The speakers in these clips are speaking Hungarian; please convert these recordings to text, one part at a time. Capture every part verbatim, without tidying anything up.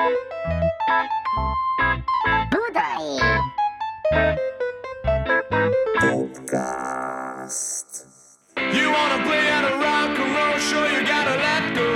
Budai Podcast. You wanna play at a rock and roll show, you gotta let go.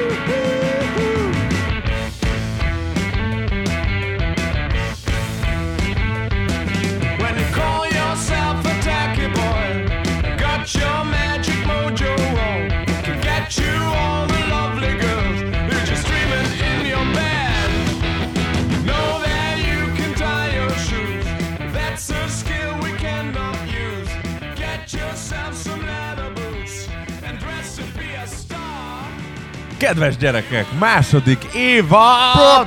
When you call yourself a tacky boy, got your magic mojo on, can get you all the lovely girls who're just dreaming in your bed. Know that you can tie your shoes, that's a skill we cannot use. Get yourself some leather boots and dress to be a star. Kedves gyerekek, második évad!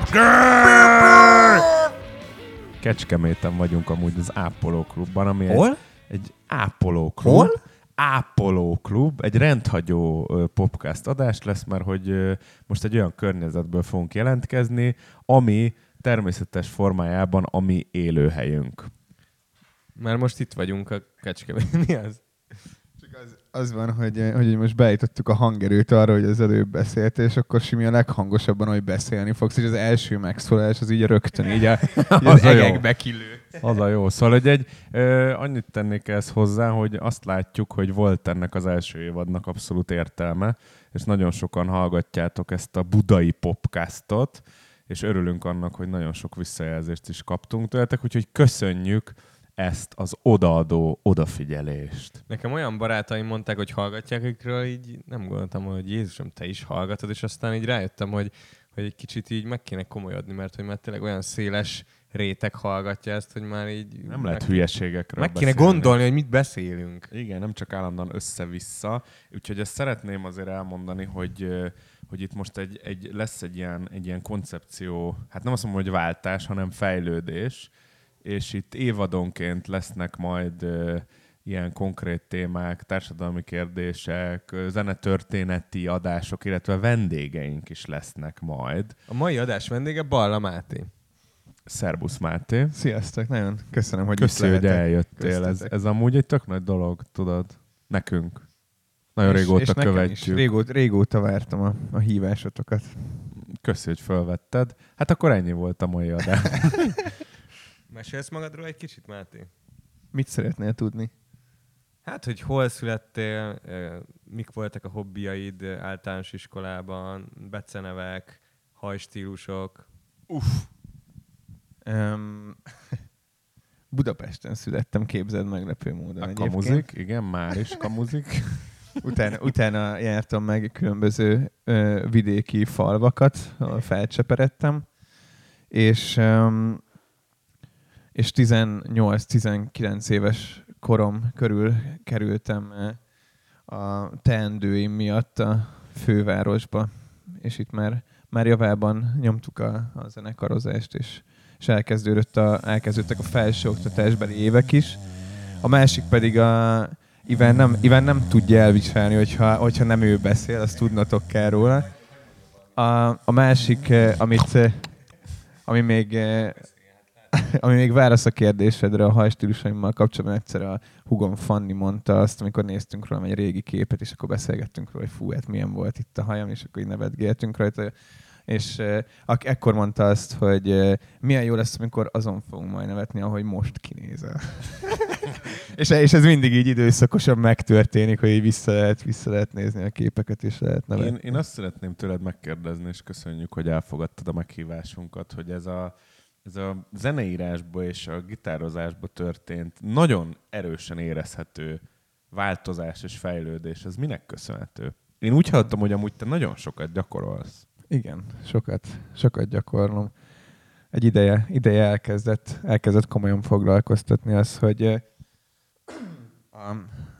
Kecskeméten vagyunk amúgy az Ápoló klubban, ami Hol? egy, egy Ápoló klub. Hol? Ápoló klub, egy rendhagyó ö, podcast adás lesz, mert hogy ö, most egy olyan környezetből fogunk jelentkezni, ami természetes formájában a mi élőhelyünk. Már most itt vagyunk a Kecskemét. Mi az? Csak az, az van, hogy, hogy most beállítottuk a hangerőt arra, hogy az előbb beszélt, és akkor Simi a leghangosabban, hogy beszélni fogsz, és az első megszólás az így rögtön így, a, így az, Az a jó. egekbe kilő. Az a jó. Szóval, hogy egy, ö, annyit tennék ezt hozzá, hogy azt látjuk, hogy volt ennek az első évadnak abszolút értelme, és nagyon sokan hallgatjátok ezt a budai popcastot, és örülünk annak, hogy nagyon sok visszajelzést is kaptunk tőletek, úgyhogy köszönjük ezt az odaadó odafigyelést. Nekem olyan barátaim mondták, hogy hallgatják, akikről így nem gondoltam, hogy Jézusom, te is hallgatod, és aztán így rájöttem, hogy, hogy egy kicsit így meg kéne komolyodni, mert hogy már tényleg olyan széles réteg hallgatja ezt, hogy már így... Nem lehet meg, hülyeségekről meg kéne beszélni. gondolni, hogy mit beszélünk. Igen, nem csak állandóan össze-vissza. Úgyhogy ezt szeretném azért elmondani, hogy, hogy itt most egy, egy, lesz egy ilyen, egy ilyen koncepció, hát nem azt mondom, hogy váltás, hanem fejlődés, és itt évadonként lesznek majd uh, ilyen konkrét témák, társadalmi kérdések, zenetörténeti adások, illetve vendégeink is lesznek majd. A mai adás vendége Balla Máté. Szerbusz Máté. Sziasztok, nagyon köszönöm, hogy Köszi, itt hogy lehetek. eljöttél. Ez, Köztetek. ez amúgy egy tök nagy dolog, tudod, nekünk. Nagyon És- régóta és nekem is. követjük. Régóta, régóta vártam a, a hívásotokat. Köszi, hogy felvetted. Hát akkor ennyi volt a mai adás. Mesélsz magadról egy kicsit, Máté? Mit szeretnél tudni? Hát, hogy hol születtél, eh, mik voltak a hobbiaid általános iskolában, becenevek, hajstílusok. Um, Budapesten születtem, képzeld meglepő módon A egyébként. kamuzik, igen, már is kamuzik. Utána, utána jártam meg különböző ö, vidéki falvakat, ahol felcseperedtem, és, öm, és tizennyolc-tizenkilenc éves korom körül kerültem ö, a teendőim miatt a fővárosba, és itt már, már javában nyomtuk a, a zenekarozást, és, és elkezdődött a, elkezdődtek a felsőoktatásbeli évek is. A másik pedig a Iván nem, Iván nem tudja elviselni, hogyha, hogyha nem ő beszél, azt tudnotok kell róla. A, a másik, eh, amit, eh, ami még, eh, ami még válasz a kérdésedre a hajstílusaimmal kapcsolatban, egyszer a hugom Fanni mondta azt, amikor néztünk róla egy régi képet, és akkor beszélgettünk róla, hogy fú, hát milyen volt itt a hajam, és akkor így nevetgéltünk rajta. És eh, ak- ekkor mondta azt, hogy eh, milyen jó lesz, amikor azon fogunk majd nevetni, ahogy most kinézel. és, és ez mindig így időszakosan megtörténik, hogy így vissza lehet, vissza lehet nézni a képeket, és lehet nevetni. Én, én azt szeretném tőled megkérdezni, és köszönjük, hogy elfogadtad a meghívásunkat, hogy ez a, ez a zeneírásba és a gitározásba történt nagyon erősen érezhető változás és fejlődés, ez minek köszönhető? Én úgy hallottam, hogy amúgy te nagyon sokat gyakorolsz. Igen, sokat, sokat gyakorlom. Egy ideje, ideje elkezdett, elkezdett komolyan foglalkoztatni az, hogy eh, a,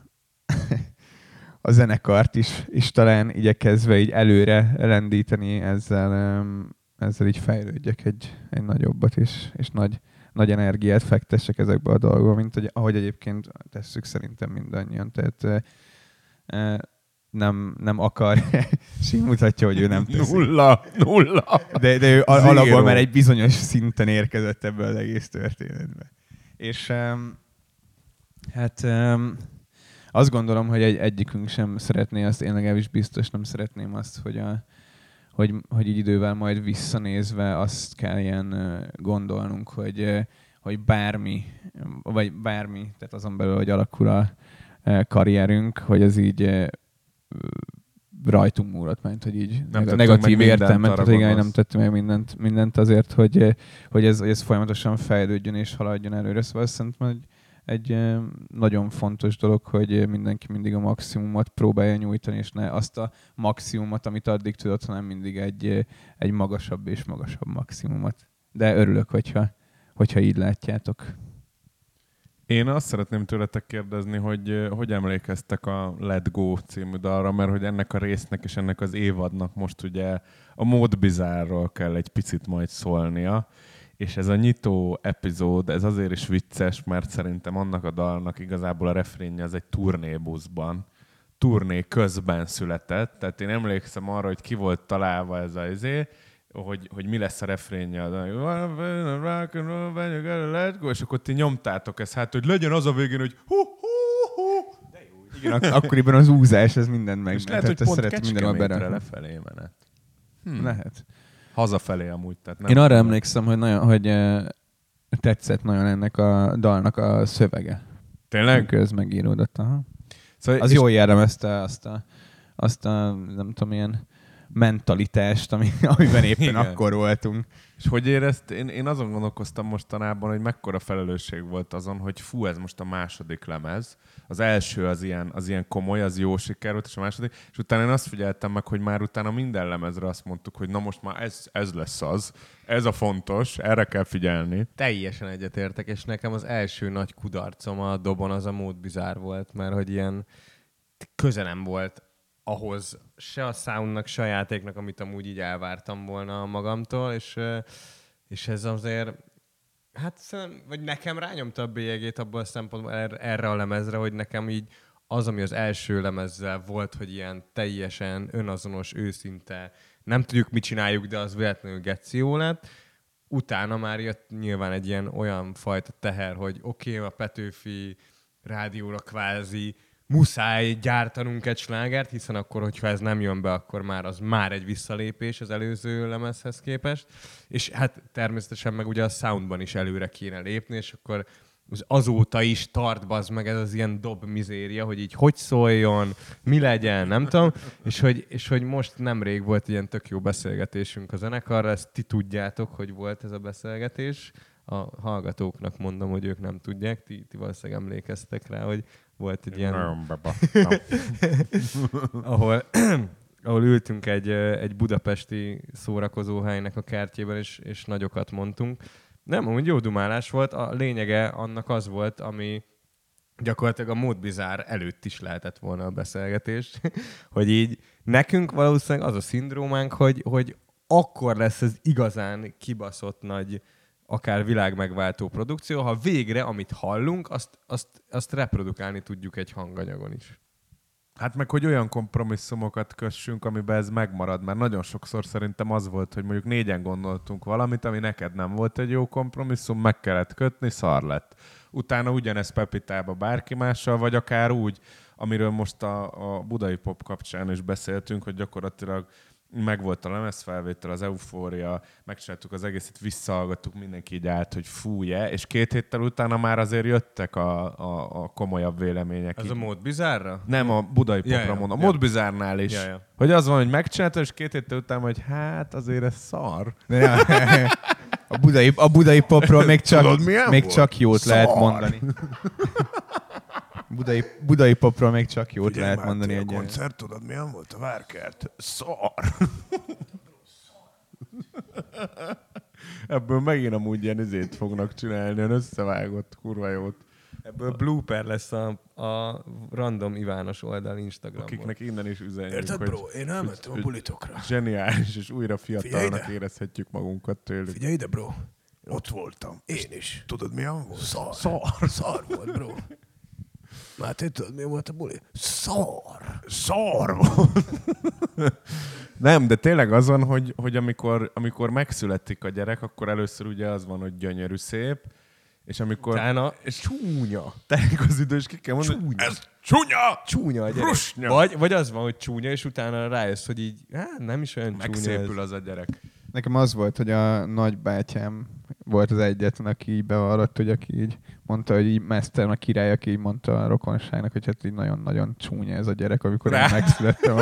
a zenekart is, is talán igyekezve így előre lendíteni, ezzel, em, ezzel így fejlődjek egy, egy nagyobbat is, és nagy, nagy energiát fektessek ezekbe a dolgokba, mint hogy, ahogy egyébként tesszük szerintem mindannyian. Tehát eh, eh, nem, nem akar, Sim mutatja, hogy ő nem teszi. Nulla, nulla. De, de ő al- Zero. alapból már egy bizonyos szinten érkezett ebbe az egész történetbe. És um, hát um, azt gondolom, hogy egy, egyikünk sem szeretné azt, én legalábbis biztos nem szeretném azt, hogy a, hogy, hogy így idővel majd visszanézve azt kelljen gondolnunk, hogy, hogy bármi, vagy bármi, tehát azon belül, hogy alakul a karrierünk, hogy ez így rajtunk múlott, mert hogy így nem negatív értelmet, tehát igen, gonosz. nem tettünk meg mindent, mindent azért, hogy, hogy, ez, hogy ez folyamatosan fejlődjön és haladjon előre. Szóval szerintem egy, egy nagyon fontos dolog, hogy mindenki mindig a maximumot próbálja nyújtani, és ne azt a maximumot, amit addig tudott, hanem mindig egy, egy magasabb és magasabb maximumot. De örülök, hogyha, hogyha így látjátok. Én azt szeretném tőletek kérdezni, hogy hogy emlékeztek a Let Go című dalra, mert hogy ennek a résznek és ennek az évadnak most ugye a Mód Bizarrról kell egy picit majd szólnia, és ez a nyitó epizód, ez azért is vicces, mert szerintem annak a dalnak igazából a refrénje az egy turnébuszban, turné közben született, tehát én emlékszem arra, hogy ki volt találva ez a izé, hogy, hogy mi lesz a refrénje, és akkor ti nyomtátok ezt, hát, hogy legyen az a végén, hogy hú, hú, hú. Igen, ak- akkoriban az úzás, ez mindent meg. És lehet, hogy ezt pont szeretem mindenhol Kecskemétre berakni. lefelé menet. Hmm. Lehet. Hazafelé amúgy. Tehát nem Én arra tudom. emlékszem, hogy, nagyon, hogy eh, tetszett nagyon ennek a dalnak a szövege. Tényleg? Amikor ez megíródott. Aha. Szóval, Az és- jól jellemezte azt a, azt a, nem tudom, ilyen mentalitást, ami, amiben éppen Igen. akkor voltunk. És hogy érezt, én, én azon gondolkoztam mostanában, hogy mekkora felelősség volt azon, hogy fú, ez most a második lemez. Az első az ilyen, az ilyen komoly, az jó siker volt, és a második. És utána én azt figyeltem meg, hogy már utána minden lemezre azt mondtuk, hogy na most már ez, ez lesz az. Ez a fontos, erre kell figyelni. Teljesen egyetértek, és nekem az első nagy kudarcom a dobon az a Mód Bizarr volt, mert hogy ilyen köze nem volt ahhoz se a soundnak, se a játéknak, amit amúgy így elvártam volna magamtól, és, és ez azért, hát szerintem, vagy nekem rányomta a bélyegét abban a szempontból erre a lemezre, hogy nekem így az, ami az első lemezzel volt, hogy ilyen teljesen önazonos, őszinte, nem tudjuk, mit csináljuk, de az véletlenül geci jó lett. Utána már jött nyilván egy ilyen olyan fajta teher, hogy oké, okay, a Petőfi rádióra kvázi muszáj gyártanunk egy slágert, hiszen akkor, hogyha ez nem jön be, akkor már az már egy visszalépés az előző lemezhez képest. És hát természetesen meg ugye a soundban is előre kéne lépni, és akkor az azóta is tart, bazd meg, ez az ilyen dob mizéria, hogy így hogy szóljon, mi legyen, nem tudom. És hogy, és hogy most nemrég volt ilyen tök jó beszélgetésünk a zenekarra, ezt ti tudjátok, hogy volt ez a beszélgetés. A hallgatóknak mondom, hogy ők nem tudják, ti, ti valószínűleg emlékeztek rá, hogy volt egy ilyen... ahol, ahol ültünk egy, egy budapesti szórakozóhelynek a kertjében, és, és nagyokat mondtunk. Nem, amúgy jó dumálás volt. A lényege annak az volt, ami gyakorlatilag a Mód Bizarr előtt is lehetett volna a beszélgetés, hogy így nekünk valószínűleg az a szindrómánk, hogy, hogy akkor lesz ez igazán kibaszott nagy, akár világmegváltó produkció, ha végre, amit hallunk, azt, azt, azt reprodukálni tudjuk egy hanganyagon is. Hát meg, hogy olyan kompromisszumokat kössünk, amiben ez megmarad, mert nagyon sokszor szerintem az volt, hogy mondjuk négyen gondoltunk valamit, ami neked nem volt egy jó kompromisszum, meg kellett kötni, szar lett. Utána ugyanez Pepitába bárki mással, vagy akár úgy, amiről most a, a budai pop kapcsán is beszéltünk, hogy gyakorlatilag megvolt a lemezfelvétel, az eufória, megcsináltuk az egészet, visszahallgattuk, mindenki így állt, hogy fújje, és két héttel utána már azért jöttek a, a, a komolyabb vélemények. Ez így. a Mód Bizarrra? Nem, a budai popra Ja, ja, mondom. A ja. Mód Bizarrnál is. Ja, ja. Hogy az van, hogy megcsinálta, és két héttel után, hogy hát azért ez szar. A budai, a budai popról még csak, Tudod, milyen még volt? csak jót Szar. lehet mondani. Budai, budai popról még csak jót Figyelj, lehet Máté, mondani. a Egy koncert, tudod milyen volt a Várkert? Szar! Ebből megint amúgy ilyen izét fognak csinálni, olyan összevágott, kurva jót. Ebből blooper lesz a, a random Ivános oldal Instagramon. Akiknek innen is üzenjük, Érted, hogy bro? Én elmentem a hogy- bulitokra. zseniális, és újra Figyelj fiatalnak ide. érezhetjük magunkat tőlük. Figyelj ide, bro. Ott voltam. Én is. Tudod, milyen volt? Szar. Szar. Szar volt, bro. Máté, tudod, milyen volt a buli? Szar. Szar volt. Nem, de tényleg azon, hogy, hogy amikor, amikor megszületik a gyerek, akkor először ugye az van, hogy gyönyörű szép, És amikor... Utána csúnya. Telik az idő, és ki kell mondani, Csúnya. ez csúnya! Csúnya a gyerek. Rusnya. Vagy, vagy az van, hogy csúnya, és utána rájössz, hogy így, hát nem is olyan csúnya ez. Megszépül az a gyerek. Nekem az volt, hogy a nagybátyám volt az egyetlen, aki így bevallott, hogy aki így mondta, hogy így Mester, a király, aki így mondta a rokonságnak, hogy hát így nagyon-nagyon csúnya ez a gyerek, amikor én megszülettem.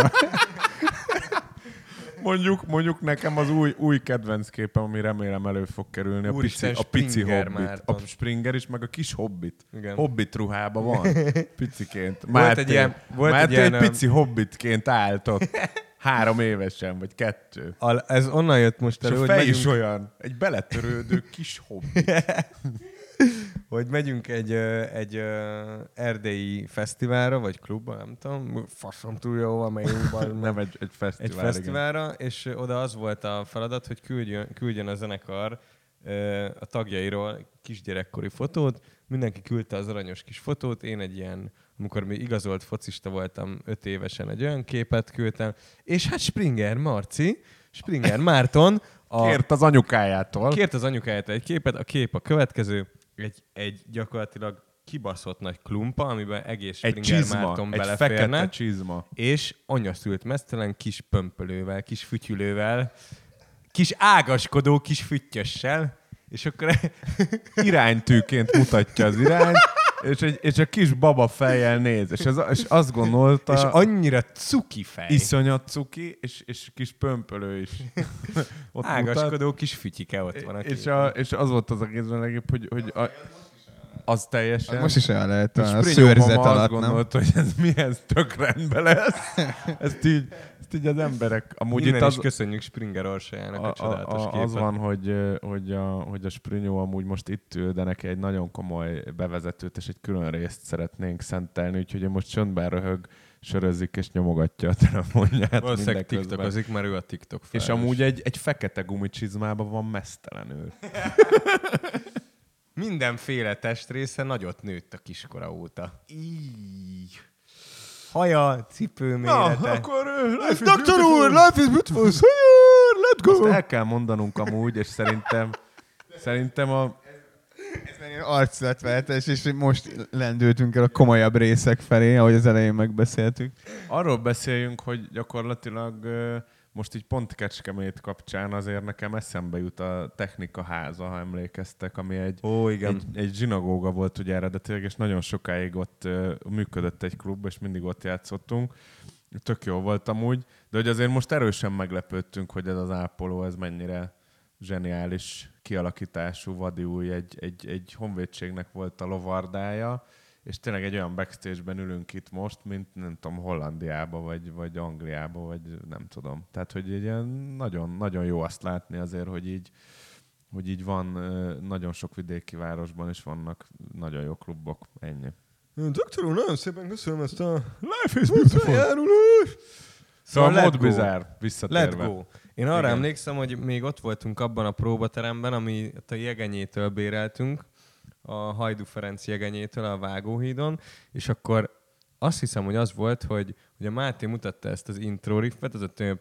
Mondjuk, mondjuk nekem az új, új kedvenc képem, ami remélem elő fog kerülni, a pici, Úristen, a pici Springer Hobbit. Márton. A Springer is, meg a kis Hobbit. Igen. Hobbit ruhában van. Piciként. Volt Máté, egy ilyen- volt egy Máté ilyen, egy pici Hobbitként állt ott. Három évesen, vagy kettő. A, ez onnan jött most És elő, a hogy fej megyünk, is olyan. Egy beletörődő kis Hobbit. hogy megyünk egy, ö, egy ö, erdélyi fesztiválra, vagy klubba, nem tudom, faszom túl jó van, melyünk van. Nem egy, egy fesztivál. Egy fesztiválra, és oda az volt a feladat, hogy küldjön, küldjön a zenekar ö, a tagjairól kisgyerekkori fotót. Mindenki küldte az aranyos kis fotót, én egy ilyen, amikor még igazolt focista voltam öt évesen, egy olyan képet küldtem, és hát Springer Marci, Springer Márton a, Kért az anyukájától. kért az anyukájától egy képet, a kép a következő, egy, egy gyakorlatilag kibaszott nagy klumpa, amiben egész Egy Springer csizma. Márton Egy beleférne. fekete csizma. És anya szült mesztelen kis pömpölővel, kis fütyülővel, kis ágaskodó kis füttyössel, és akkor Iránytűként mutatja az irányt, és, egy, és a kis baba fejjel néz. És, ez, és azt gondolta... és annyira cuki fej. Iszonyat cuki, és, és kis pömpölő is. Ott Ágaskodó mutat. kis fütyike ott van. A És, a, és az volt az egészben legjobb, hogy, hogy a, az teljesen... Most is olyan lehet a a Sprinyó szőrzet mama azt alatt, nem? gondolta, hogy ez mi, ez tök rendben lesz. Ezt így, ezt így az emberek... Amúgy Innen itt is az, köszönjük Springer Orsajának a, a, a csodálatos a, képet. az van, hogy, hogy, a, hogy a Sprinyó amúgy most itt ül, de neki egy nagyon komoly bevezetőt és egy külön részt szeretnénk szentelni, úgyhogy ő most csöndben röhög, sörözik és nyomogatja a telefonját. Valószínűleg mindeközben. tiktokozik, mert ő a TikTok És felelős. amúgy egy, egy fekete gumicsizmában van mesztelenül. Mindenféle testrésze nagyot nőtt a kiskora óta. Így. Haja, cipő mérete. akkor Ez doktor úr, life is beautiful, sir, let's go! Azt el kell mondanunk amúgy, és szerintem szerintem a... Ez már ilyen arculatváltás, és most lendültünk el a komolyabb részek felé, ahogy az elején megbeszéltük. Arról beszéljünk, hogy gyakorlatilag ö, most így pont Kecskemét kapcsán azért nekem eszembe jut a Technika háza, ha emlékeztek, ami egy, Ó, igen. egy, egy zsinagóga volt ugye eredetileg, és nagyon sokáig ott ö, működött egy klub, és mindig ott játszottunk. Tök jó volt amúgy, de hogy azért most erősen meglepődtünk, hogy ez az ápoló, ez mennyire zseniális kialakítású vadiúj, egy, egy, egy honvédségnek volt a lovardája, és tényleg egy olyan backstage-ben ülünk itt most, mint nem tudom, Hollandiába, vagy, vagy Angliába, vagy nem tudom. Tehát, hogy egy ilyen nagyon, nagyon jó azt látni azért, hogy így, hogy így van nagyon sok vidéki városban, és vannak nagyon jó klubok. Ennyi. Doktor úr, nagyon szépen köszönöm ezt a Life is beautiful! járulás! Szóval Let Mod go. Bizarre, visszatérve. Let's go. Én arra Igen. emlékszem, hogy még ott voltunk abban a próbateremben, amit a Jegenyétől béreltünk, a Hajdú Ferenc Jegenyétől a Vágóhídon, és akkor azt hiszem, hogy az volt, hogy, hogy a Máté mutatta ezt az intro riffet, az a több,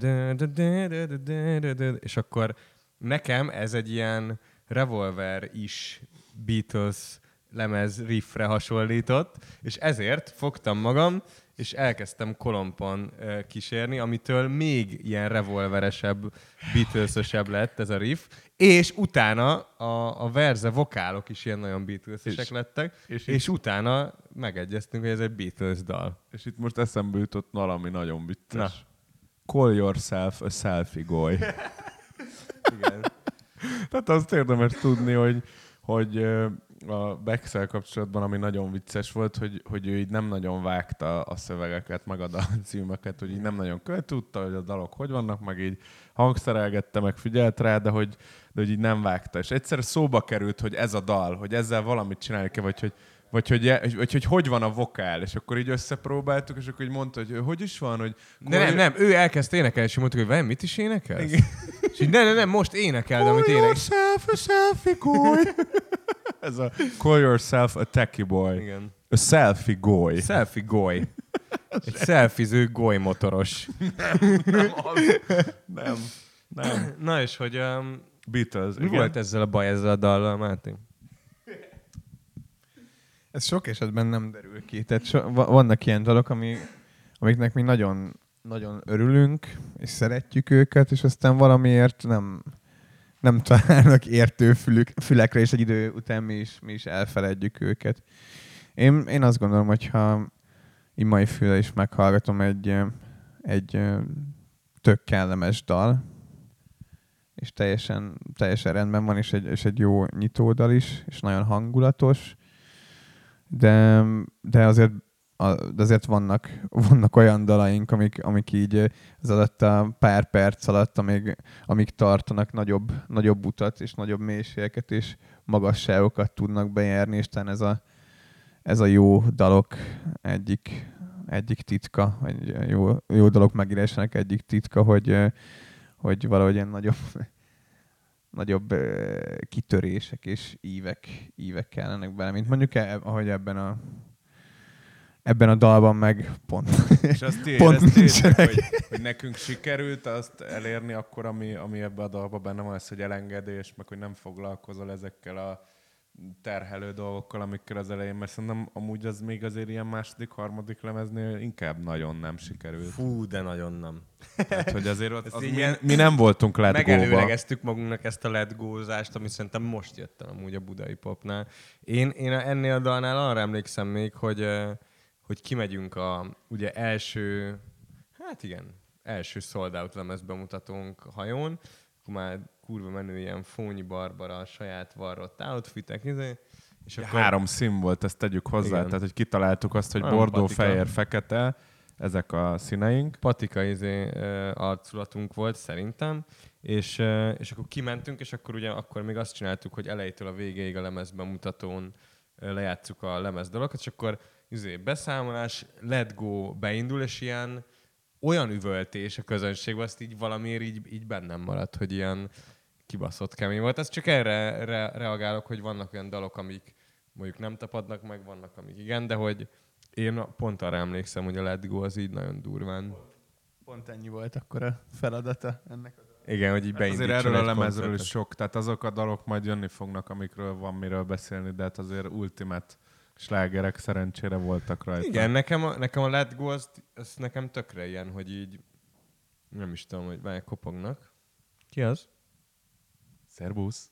és akkor nekem ez egy ilyen Revolver is Beatles lemez riffre hasonlított, és ezért fogtam magam, és elkezdtem kolompon uh, kísérni, amitől még ilyen revolveresebb, Beatles-ösebb lett ez a riff, és utána a, a verze vokálok is ilyen nagyon Beatles-esek És- lettek, és és, és itt- utána megegyeztünk, hogy ez egy Beatles dal. És itt most eszembe jutott valami nagyon vicces. Na. Call yourself a selfie goy. Igen. Tehát azt érdemes tudni, hogy, hogy ö, a Bex-szel kapcsolatban, ami nagyon vicces volt, hogy, hogy ő így nem nagyon vágta a szövegeket, meg a dalcímeket, hogy így nem nagyon költ, tudta, hogy a dalok hogy vannak, meg így hangszerelgette, meg figyelt rá, de hogy, de hogy így nem vágta. És egyszer szóba került, hogy ez a dal, hogy ezzel valamit csinálni kell, vagy hogy vagy hogy, vagy, hogy, hogy hogy van a vokál, és akkor így összepróbáltuk, és akkor így mondta, hogy hogy is van, hogy... De nem, nem, ő elkezdte énekelni, és mondtuk, hogy velem mit is énekelsz? És így, nem, nem, nem, most énekeld, amit Call énekel. yourself a selfie goy. Ez a call yourself a techie boy. Igen. A selfie goy. Selfie goly. Egy selfiző goly motoros. Nem, az, nem, nem. Na és hogy um, Beatles, mi igen. volt ezzel a baj, ezzel a dallal, Máté? Ez sok esetben nem derül ki. Tehát so, vannak ilyen dalok, ami, amiknek mi nagyon, nagyon örülünk, és szeretjük őket, és aztán valamiért nem, nem találnak értő fülük, fülekre, és egy idő után mi is, mi is elfeledjük őket. Én, én azt gondolom, hogyha imai füle is meghallgatom egy, egy tök kellemes dal, és teljesen, teljesen rendben van, és egy, és egy jó nyitódal is, és nagyon hangulatos, de, de azért, de azért vannak, vannak olyan dalaink, amik, amik így az alatt a pár perc alatt, amíg, amíg tartanak nagyobb, nagyobb utat, és nagyobb mélységeket, és magasságokat tudnak bejárni, és talán ez a, ez a jó dalok egyik, egyik titka, vagy jó, jó dalok megírásának egyik titka, hogy, hogy valahogy ilyen nagyobb, nagyobb kitörések és ívek, ívek kellenek bele, mint mondjuk, ahogy ebben a, ebben a dalban meg pont, és azt pont nincsenek. Hogy, hogy nekünk sikerült azt elérni akkor, ami, ami ebben a dalban benne van, az, hogy elengedés, meg hogy nem foglalkozol ezekkel a terhelő dolgokkal, amikkel az elején, mert szerintem amúgy az még azért ilyen második, harmadik lemeznél inkább nagyon nem sikerült. Fú, de nagyon nem. Tehát, hogy azért ott, az ilyen, mi, mi nem voltunk let go-ba. Megelőlegeztük magunknak ezt a let go-zást, ami szerintem most jött el amúgy a budai popnál. Én, én ennél a dalnál arra emlékszem még, hogy, hogy kimegyünk a ugye első, hát igen, első sold out lemez bemutatónk hajón, akkor már kurva menő ilyen Fónyi Barbara, saját varrott outfitek, és ja, akkor... Három szín volt, ezt tegyük hozzá, igen. Tehát hogy kitaláltuk azt, hogy bordó, fehér, fekete, ezek a színeink. Patika izé, arculatunk volt szerintem, és, és akkor kimentünk, és akkor ugye akkor még azt csináltuk, hogy elejétől a végéig a lemezbemutatón lejátszuk a lemez dalokat, és akkor izé, beszámolás, let go beindul, és ilyen olyan üvöltés a közönségben, azt így valamiért így, így bennem maradt, hogy ilyen kibaszott kemény volt. Ez csak erre re, reagálok, hogy vannak olyan dalok, amik mondjuk nem tapadnak meg, vannak, amik igen, de hogy én pont arra emlékszem, hogy a Let Go az így nagyon durván. Pont ennyi volt akkor a feladata ennek a... Igen, hogy így hát beindítson azért erről a lemezről koncertet. is sok, tehát azok a dalok majd jönni fognak, amikről van miről beszélni, de hát azért ultimate slágerek szerencsére voltak rajta. Igen, nekem a, nekem a Let Go az, az nekem tökre ilyen, hogy így nem is tudom, hogy várj, kopognak. Ki az? Szervusz!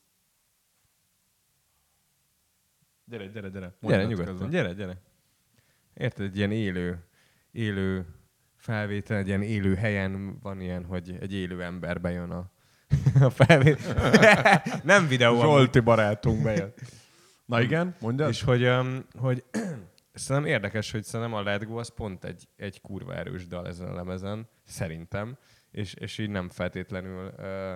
Gyere, gyere, gyere. Gyere, nyugodtan, gyere, gyere. Érted, egy ilyen élő, élő felvétel, egy ilyen élő helyen van ilyen, hogy egy élő ember bejön a, a felvétel. Nem videó. Zsolti barátunk bejön. Na igen, mondjad. És hogy, um, hogy szerintem érdekes, hogy szerintem a Let Go az pont egy, egy kurva erős dal ezen a lemezen, szerintem, és, és így nem feltétlenül uh,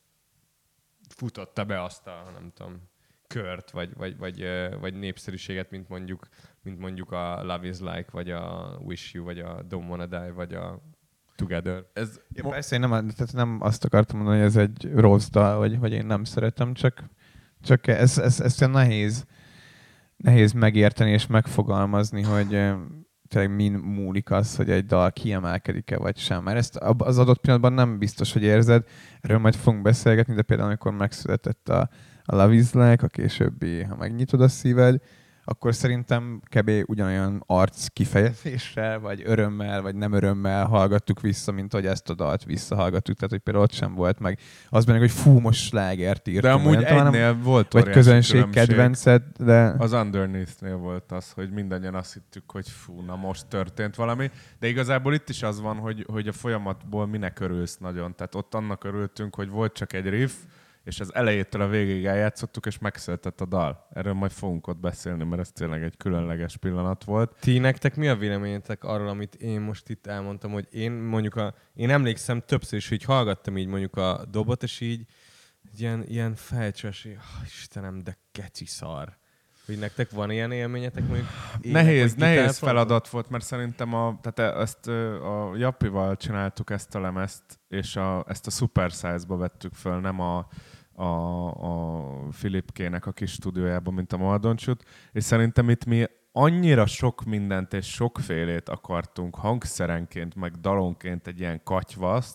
futotta be azt a, nem tudom, kört, vagy, vagy, vagy, uh, vagy népszerűséget, mint mondjuk, mint mondjuk a Love is Like, vagy a Wish You, vagy a Don't Wanna Die, vagy a Together. Ez ja, persze, én nem, tehát nem azt akartam mondani, hogy ez egy rossz dal, vagy, vagy én nem szeretem, csak Csak ez, ez, ez nehéz, nehéz megérteni és megfogalmazni, hogy eh, tényleg min múlik az, hogy egy dal kiemelkedik-e vagy sem. Mert ezt az adott pillanatban nem biztos, hogy érzed. Erről majd fogunk beszélgetni, de például amikor megszületett a, a Love is Like, a későbbi, ha megnyitod a szíved, akkor szerintem kb. Ugyanolyan arc kifejezéssel, vagy örömmel, vagy nem örömmel hallgattuk vissza, mint hogy ezt a dalt visszahallgattuk. Tehát, hogy például ott sem volt meg az benne, hogy fú, most slágert írtunk. De amúgy olyan, egynél hanem, volt vagy közönség kedvenced, de... Az Underneath-nél volt az, hogy mindannyian azt hittük, hogy fú, na most történt valami. De igazából itt is az van, hogy, hogy a folyamatból minek örülsz nagyon. Tehát ott annak örültünk, hogy volt csak egy riff, és az elejétől a végéig eljátszottuk, és megszületett a dal. Erről majd fogunk ott beszélni, mert ez tényleg egy különleges pillanat volt. Ti nektek mi a véleményetek arról, amit én most itt elmondtam, hogy én mondjuk a... Én emlékszem többször is, hogy hallgattam így mondjuk a dobot, és így ilyen, ilyen fejcsös, hogy oh, Istenem, de keci szar. Hogy nektek van ilyen élményetek? Mondjuk ének, nehéz, nehéz feladat volt, mert szerintem a, tehát ezt a Jappival csináltuk ezt a lemezt, és a, ezt a Super Size-ba vettük föl, nem a, a, a Filipkének a kis stúdiójában, mint a Maldoncsut, és szerintem itt mi annyira sok mindent és sokfélét akartunk hangszerenként, meg dalonként egy ilyen katyvaszt,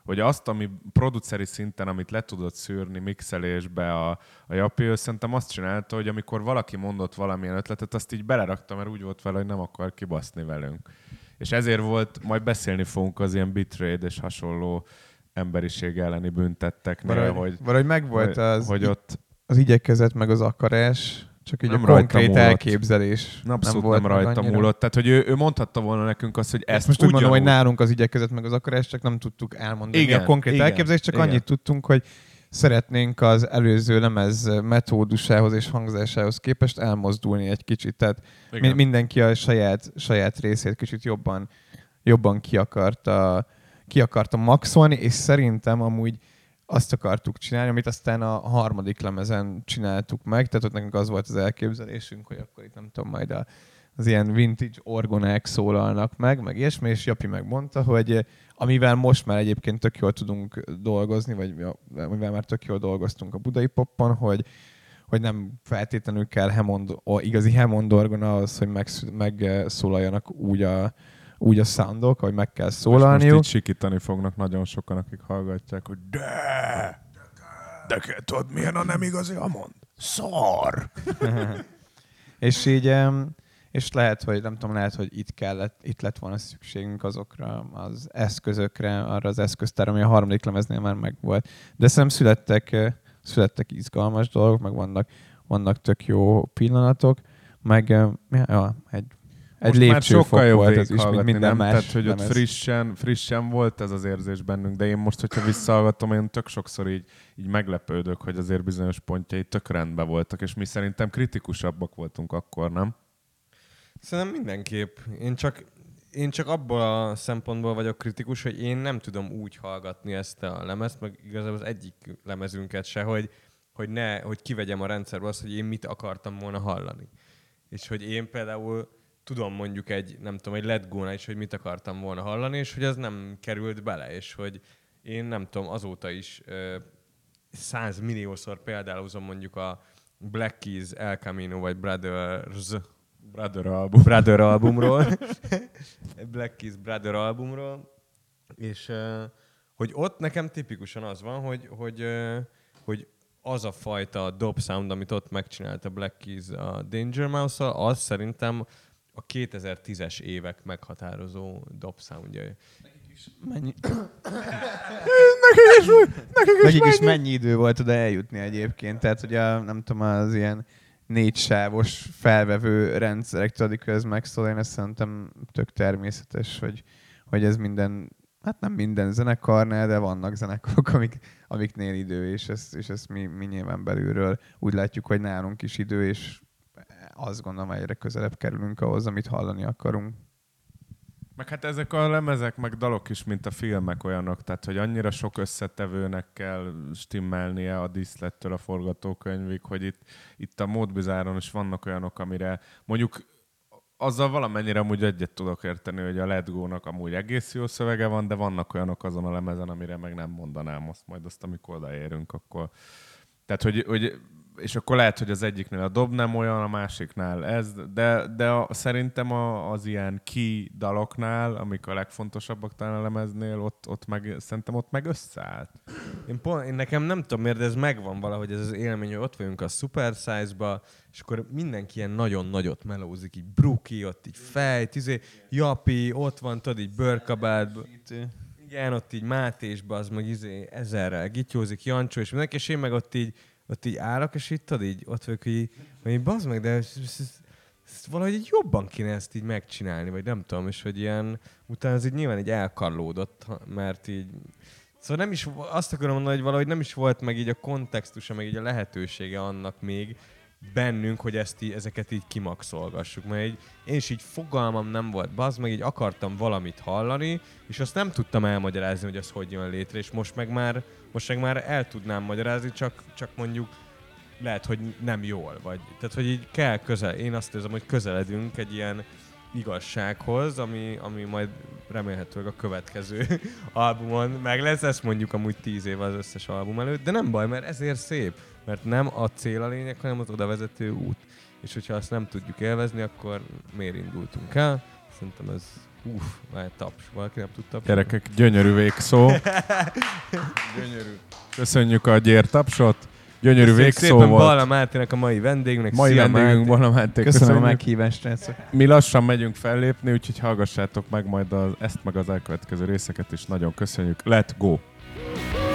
hogy azt, ami produceri szinten, amit le tudott szűrni mixelésbe a, a Japi, ő szerintem azt csinálta, hogy amikor valaki mondott valamilyen ötletet, azt így belerakta, mert úgy volt vele, hogy nem akar kibaszni velünk. És ezért volt, majd beszélni fogunk az ilyen bitrate és hasonló emberiség elleni büntetteknél, Valahogy, hogy, valahogy megvolt az, hogy ott az igyekezet, meg az akarás, csak így nem a rajta konkrét múlott. elképzelés nem, nem nem volt nem meg rajta annyira. múlott. Tehát, hogy ő, ő mondhatta volna nekünk azt, hogy ezt Most úgy mondom, hogy ugyanúgy- nálunk az igyekezet, meg az akarás, csak nem tudtuk elmondani Igen, a konkrét igen, elképzelést, csak igen. annyit tudtunk, hogy szeretnénk az előző lemez metódusához és hangzásához képest elmozdulni egy kicsit. Tehát mi, mindenki a saját, saját részét kicsit jobban, jobban ki akarta, ki akarta maxolni, és szerintem amúgy azt akartuk csinálni, amit aztán a harmadik lemezen csináltuk meg, tehát ott nekünk az volt az elképzelésünk, hogy akkor itt nem tudom, majd a, az ilyen vintage orgonák szólalnak meg, meg ilyesmi, és Japi megmondta, hogy amivel most már egyébként tök jól tudunk dolgozni, vagy amivel már tök jól dolgoztunk a Budai Poppon, hogy, hogy nem feltétlenül kell Hammond, igazi Hammond orgona ahhoz, hogy megszólaljanak úgy a úgy a soundok, hogy meg kell szólalniuk. Most így sikítani fognak nagyon sokan, akik hallgatják, hogy de, de kell tudod, milyen a nem igazi Hammond? Szar! És így, em, és lehet, hogy nem tudom, lehet, hogy itt kellett, itt lett volna szükségünk azokra az eszközökre, arra az eszköztár, ami a harmadik lemeznél már megvolt. De szerintem születtek, eh, születtek izgalmas dolgok, meg vannak, vannak tök jó pillanatok, meg eh, ja, egy Egy Most már sokkal lépcsőfok jobb volt ez is, mint végighallgatni, minden nem? más. Tehát, hogy ott lemez. frissen, frissen volt ez az érzés bennünk, de én most, hogyha visszahallgatom, én tök sokszor így, így meglepődök, hogy azért bizonyos pontjai tök rendben voltak, és mi szerintem kritikusabbak voltunk akkor, nem? Szerintem mindenképp. Én csak, én csak abból a szempontból vagyok kritikus, hogy én nem tudom úgy hallgatni ezt a lemezt, meg igazából az egyik lemezünket se, hogy, hogy, ne, hogy kivegyem a rendszerből azt, hogy én mit akartam volna hallani. És hogy én például tudom mondjuk egy, nem tudom, egy Let Go-nál is, hogy mit akartam volna hallani, és hogy az nem került bele, és hogy én nem tudom, azóta is százmilliószor példálozom mondjuk a Black Keys, El Camino vagy Brothers Brother album. Brother albumról. Black Keys Brother albumról. És uh, hogy ott nekem tipikusan az van, hogy, hogy, uh, hogy az a fajta dob sound, amit ott megcsinált a Black Keys a Danger Mouse-szal, az szerintem a kétezer-tízes évek meghatározó dob soundja. Mennyi... Nekik is, nekik is, Nekik is mennyi? mennyi idő volt oda eljutni egyébként? Tehát, hogy a, nem tudom, az ilyen négysávos felvevő rendszerek, tudod, hogy ez megszól, én ezt szerintem tök természetes, hogy, hogy ez minden, hát nem minden zenekarnál, de vannak zenekarok, amik, amiknél idő, és ezt, és ezt mi, mi nyilván belülről úgy látjuk, hogy nálunk is idő, és azt gondolom, egyre közelebb kerülünk ahhoz, amit hallani akarunk. Meg hát ezek a lemezek, meg dalok is, mint a filmek olyanok, tehát hogy annyira sok összetevőnek kell stimmelnie a díszlettől a forgatókönyvig, hogy itt, itt a módbizáron is vannak olyanok, amire mondjuk azzal valamennyire amúgy egyet tudok érteni, hogy a Let Go-nak amúgy egész jó szövege van, de vannak olyanok azon a lemezen, amire meg nem mondanám azt, majd azt, amikor odaérünk, akkor... Tehát, hogy, hogy és akkor lehet, hogy az egyiknél a dob nem olyan, a másiknál ez, de, de a, szerintem a, az ilyen key daloknál, amik a legfontosabbak talán a lemeznél, ott, ott meg, szerintem ott meg összeállt. Én, pont, én nekem nem tudom miért, de ez megvan valahogy, ez az élmény, hogy ott vagyunk a Super Size-ba, és akkor mindenki ilyen nagyon nagyot melózik, így Bruki, ott így fejt, izé, Japi, ott van, tudod, így bőrkabátban. Igen, ott így Mátésba, az meg izé ezerrel gityózik, Jancsó, és mindenki, és én meg ott így ott így állok, és itt tudod, így ott vagyok, hogy, hogy bazd meg, de ezt, ezt, ezt, ezt valahogy így jobban kéne ezt így megcsinálni, vagy nem tudom, és hogy ilyen, utána ez így nyilván így elkarlódott, mert így, szóval nem is, azt akarom mondani, hogy valahogy nem is volt meg így a kontextusa, meg így a lehetősége annak még bennünk, hogy ezt így, ezeket így kimaxolgassuk, mert így, én is így fogalmam nem volt, bazd meg, így akartam valamit hallani, és azt nem tudtam elmagyarázni, hogy az hogy jön létre, és most meg már Most meg már el tudnám magyarázni, csak, csak mondjuk lehet, hogy nem jól, vagy. Tehát, hogy így kell közel. Én azt érzem, hogy közeledünk egy ilyen igazsághoz, ami, ami majd remélhetőleg a következő albumon meg lesz. Ezt mondjuk amúgy tíz év az összes album előtt, de nem baj, mert ezért szép. Mert nem a cél a lényeg, hanem az oda vezető út. És hogyha azt nem tudjuk élvezni, akkor miért indultunk el? Szerintem ez... Uff, várj, taps. Valaki nem tud tapsolni? Gyerekek, gyönyörű végszó. Gyönyörű. Köszönjük a gyértapsot. Gyönyörű Köszönjük végszó szépen volt. Balla Mátének, a mai vendégnek. Mai Szia, vendégünk Máté. Balla Máté. Köszönöm a Köszönjük. meghívást, srácok. Mi lassan megyünk fellépni, úgyhogy hallgassátok meg majd az, ezt meg az elkövetkező részeket is. Nagyon köszönjük. Let's go!